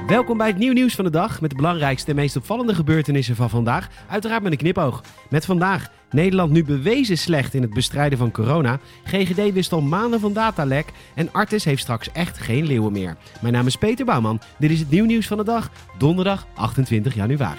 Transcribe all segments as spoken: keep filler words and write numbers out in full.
Welkom bij het nieuw nieuws van de dag met de belangrijkste en meest opvallende gebeurtenissen van vandaag. Uiteraard met een knipoog. Met vandaag: Nederland nu bewezen slecht in het bestrijden van corona. G G D wist al maanden van datalek. En Artis heeft straks echt geen leeuwen meer. Mijn naam is Peter Bouwman. Dit is het nieuw nieuws van de dag. Donderdag achtentwintig januari.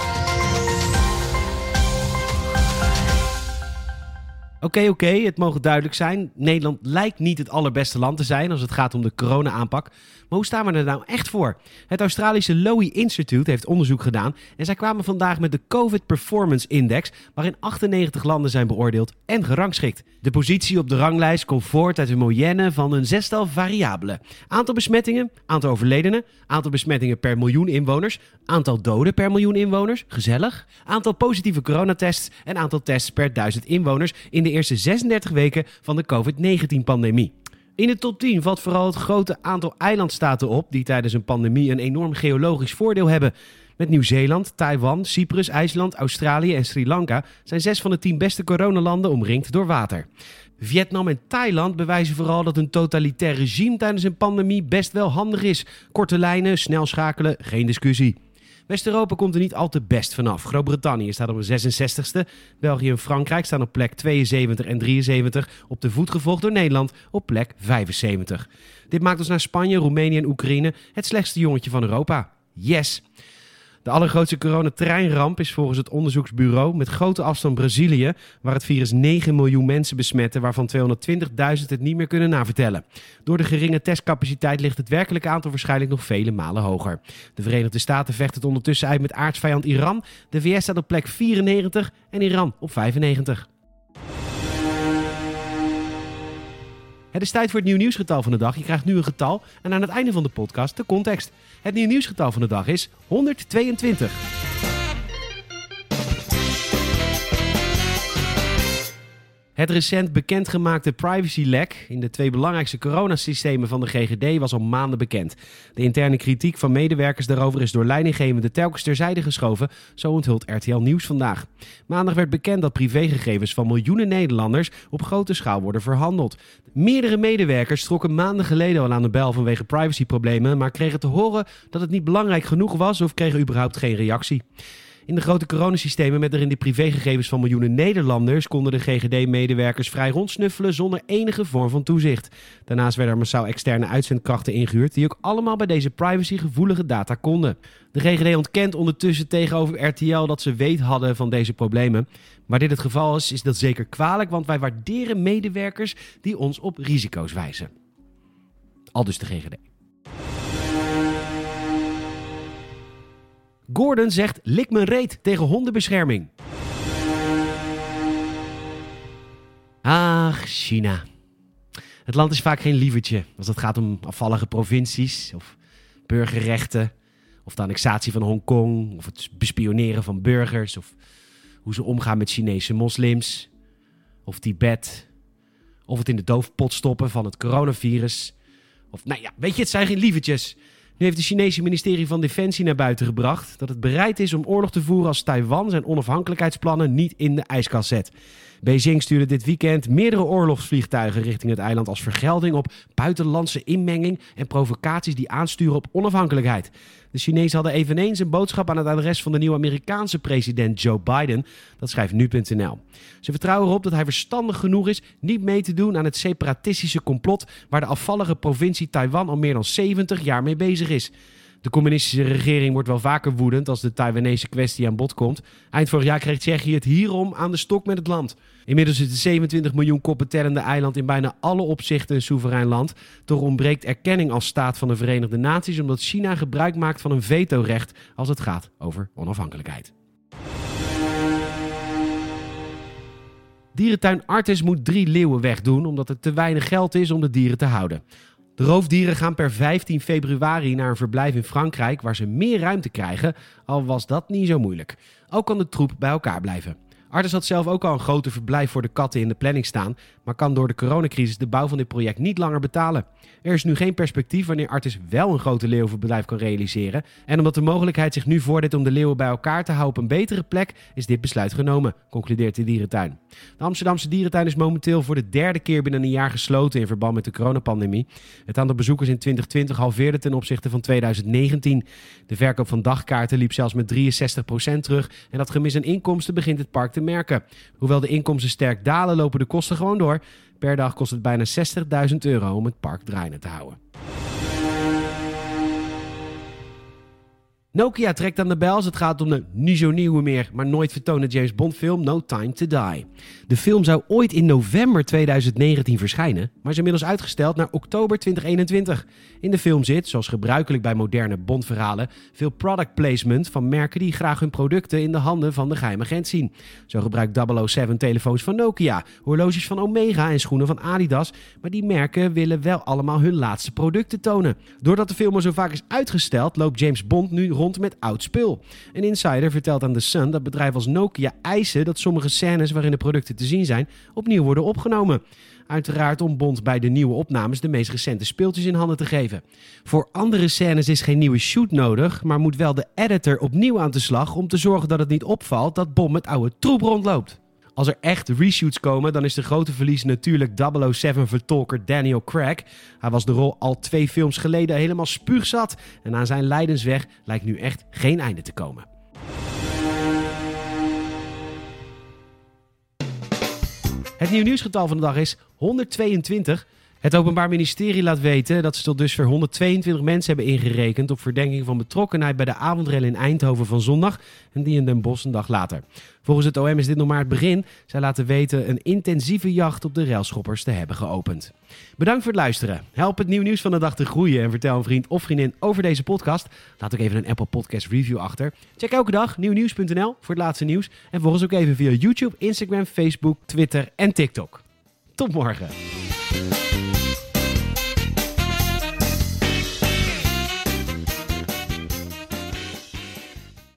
Oké, okay, oké, okay, het mogen duidelijk zijn. Nederland lijkt niet het allerbeste land te zijn als het gaat om de corona-aanpak. Maar hoe staan we er nou echt voor? Het Australische Lowy Institute heeft onderzoek gedaan en zij kwamen vandaag met de COVID Performance Index, waarin achtennegentig landen zijn beoordeeld en gerangschikt. De positie op de ranglijst komt voort uit een moyenne van een zestal variabelen. Aantal besmettingen, aantal overledenen, aantal besmettingen per miljoen inwoners, aantal doden per miljoen inwoners, gezellig, aantal positieve coronatests en aantal tests per duizend inwoners in de eerste zesendertig weken van de covid negentien pandemie. In de top tien valt vooral het grote aantal eilandstaten op die tijdens een pandemie een enorm geologisch voordeel hebben. Met Nieuw-Zeeland, Taiwan, Cyprus, IJsland, Australië en Sri Lanka zijn zes van de tien beste coronalanden omringd door water. Vietnam en Thailand bewijzen vooral dat een totalitair regime tijdens een pandemie best wel handig is. Korte lijnen, snel schakelen, geen discussie. West-Europa komt er niet al te best vanaf. Groot-Brittannië staat op de zesenzestigste. België en Frankrijk staan op plek tweeënzeventig en drieënzeventig. Op de voet gevolgd door Nederland op plek vijfenzeventig. Dit maakt ons naar Spanje, Roemenië en Oekraïne het slechtste jongetje van Europa. Yes! De allergrootste coronatreinramp is volgens het onderzoeksbureau met grote afstand Brazilië, waar het virus negen miljoen mensen besmetten, waarvan tweehonderdtwintigduizend het niet meer kunnen navertellen. Door de geringe testcapaciteit ligt het werkelijke aantal waarschijnlijk nog vele malen hoger. De Verenigde Staten vecht het ondertussen uit met aardsvijand Iran. De V S staat op plek vierennegentig en Iran op vijfennegentig. Het is tijd voor het nieuw nieuwsgetal van de dag. Je krijgt nu een getal en aan het einde van de podcast de context. Het nieuw nieuwsgetal van de dag is honderdtweeëntwintig. Het recent bekendgemaakte privacylek in de twee belangrijkste coronasystemen van de G G D was al maanden bekend. De interne kritiek van medewerkers daarover is door leidinggevenden telkens terzijde geschoven, zo onthult R T L Nieuws vandaag. Maandag werd bekend dat privégegevens van miljoenen Nederlanders op grote schaal worden verhandeld. Meerdere medewerkers trokken maanden geleden al aan de bel vanwege privacyproblemen, maar kregen te horen dat het niet belangrijk genoeg was of kregen überhaupt geen reactie. In de grote coronasystemen met erin de privégegevens van miljoenen Nederlanders konden de G G D-medewerkers vrij rondsnuffelen zonder enige vorm van toezicht. Daarnaast werden er massaal externe uitzendkrachten ingehuurd die ook allemaal bij deze privacygevoelige data konden. De G G D ontkent ondertussen tegenover R T L dat ze weet hadden van deze problemen. Waar dit het geval is, is dat zeker kwalijk, want wij waarderen medewerkers die ons op risico's wijzen. Aldus de G G D. Gordon zegt lik mijn reet tegen hondenbescherming. Ach, China. Het land is vaak geen lievertje als het gaat om afvallige provincies of burgerrechten of de annexatie van Hongkong of het bespioneren van burgers of hoe ze omgaan met Chinese moslims of Tibet of het in de doofpot stoppen van het coronavirus. Of nou ja, weet je, het zijn geen lievertjes. Nu heeft het Chinese ministerie van Defensie naar buiten gebracht dat het bereid is om oorlog te voeren als Taiwan zijn onafhankelijkheidsplannen niet in de ijskast zet. Beijing stuurde dit weekend meerdere oorlogsvliegtuigen richting het eiland als vergelding op buitenlandse inmenging en provocaties die aansturen op onafhankelijkheid. De Chinezen hadden eveneens een boodschap aan het adres van de nieuwe Amerikaanse president Joe Biden. Dat schrijft nu punt n l. Ze vertrouwen erop dat hij verstandig genoeg is niet mee te doen aan het separatistische complot waar de afvallige provincie Taiwan al meer dan zeventig jaar mee bezig is. De communistische regering wordt wel vaker woedend als de Taiwanese kwestie aan bod komt. Eind vorig jaar kreeg Tsjechië het hierom aan de stok met het land. Inmiddels is het zevenentwintig miljoen koppen tellende eiland in bijna alle opzichten een soeverein land. Toch ontbreekt erkenning als staat van de Verenigde Naties omdat China gebruik maakt van een vetorecht als het gaat over onafhankelijkheid. Dierentuin Artis moet drie leeuwen wegdoen omdat er te weinig geld is om de dieren te houden. De roofdieren gaan per vijftien februari naar een verblijf in Frankrijk waar ze meer ruimte krijgen, al was dat niet zo moeilijk. Ook kan de troep bij elkaar blijven. Artis had zelf ook al een groter verblijf voor de katten in de planning staan, maar kan door de coronacrisis de bouw van dit project niet langer betalen. Er is nu geen perspectief wanneer Artis wel een grote leeuwenverblijf kan realiseren. En omdat de mogelijkheid zich nu voordeed om de leeuwen bij elkaar te houden op een betere plek, is dit besluit genomen, concludeert de dierentuin. De Amsterdamse dierentuin is momenteel voor de derde keer binnen een jaar gesloten in verband met de coronapandemie. Het aantal bezoekers in twintig twintig halveerde ten opzichte van tweeduizend negentien. De verkoop van dagkaarten liep zelfs met drieënzestig procent terug en dat gemis aan inkomsten begint het park te merken. Hoewel de inkomsten sterk dalen, lopen de kosten gewoon door. Per dag kost het bijna zestigduizend euro om het park draaiende te houden. Nokia trekt aan de bel als het gaat om de niet zo nieuwe meer, maar nooit vertoonde James Bond film No Time to Die. De film zou ooit in november tweeduizend negentien verschijnen, maar is inmiddels uitgesteld naar oktober twintig eenentwintig. In de film zit, zoals gebruikelijk bij moderne Bond-verhalen, veel product placement van merken die graag hun producten in de handen van de geheime agent zien. Zo gebruikt double oh seven telefoons van Nokia, horloges van Omega en schoenen van Adidas, maar die merken willen wel allemaal hun laatste producten tonen. Doordat de film er zo vaak is uitgesteld, loopt James Bond nu rond met oud spul. Een insider vertelt aan The Sun dat bedrijven als Nokia eisen dat sommige scènes waarin de producten te zien zijn opnieuw worden opgenomen. Uiteraard om Bond bij de nieuwe opnames de meest recente speeltjes in handen te geven. Voor andere scènes is geen nieuwe shoot nodig, maar moet wel de editor opnieuw aan de slag om te zorgen dat het niet opvalt dat Bond met oude troep rondloopt. Als er echt reshoots komen, dan is de grote verlies natuurlijk double oh seven-vertolker Daniel Craig. Hij was de rol al twee films geleden helemaal spuugzat en aan zijn lijdensweg lijkt nu echt geen einde te komen. Het nieuwe nieuwsgetal van de dag is honderdtweeëntwintig. Het Openbaar Ministerie laat weten dat ze tot dusver honderdtweeëntwintig mensen hebben ingerekend op verdenking van betrokkenheid bij de avondrellen in Eindhoven van zondag en die in Den Bosch een dag later. Volgens het O M is dit nog maar het begin. Zij laten weten een intensieve jacht op de railschoppers te hebben geopend. Bedankt voor het luisteren. Help het nieuw nieuws van de dag te groeien en vertel een vriend of vriendin over deze podcast. Laat ook even een Apple Podcast review achter. Check elke dag nieuwnieuws punt n l voor het laatste nieuws en volg ons ook even via YouTube, Instagram, Facebook, Twitter en TikTok. Tot morgen.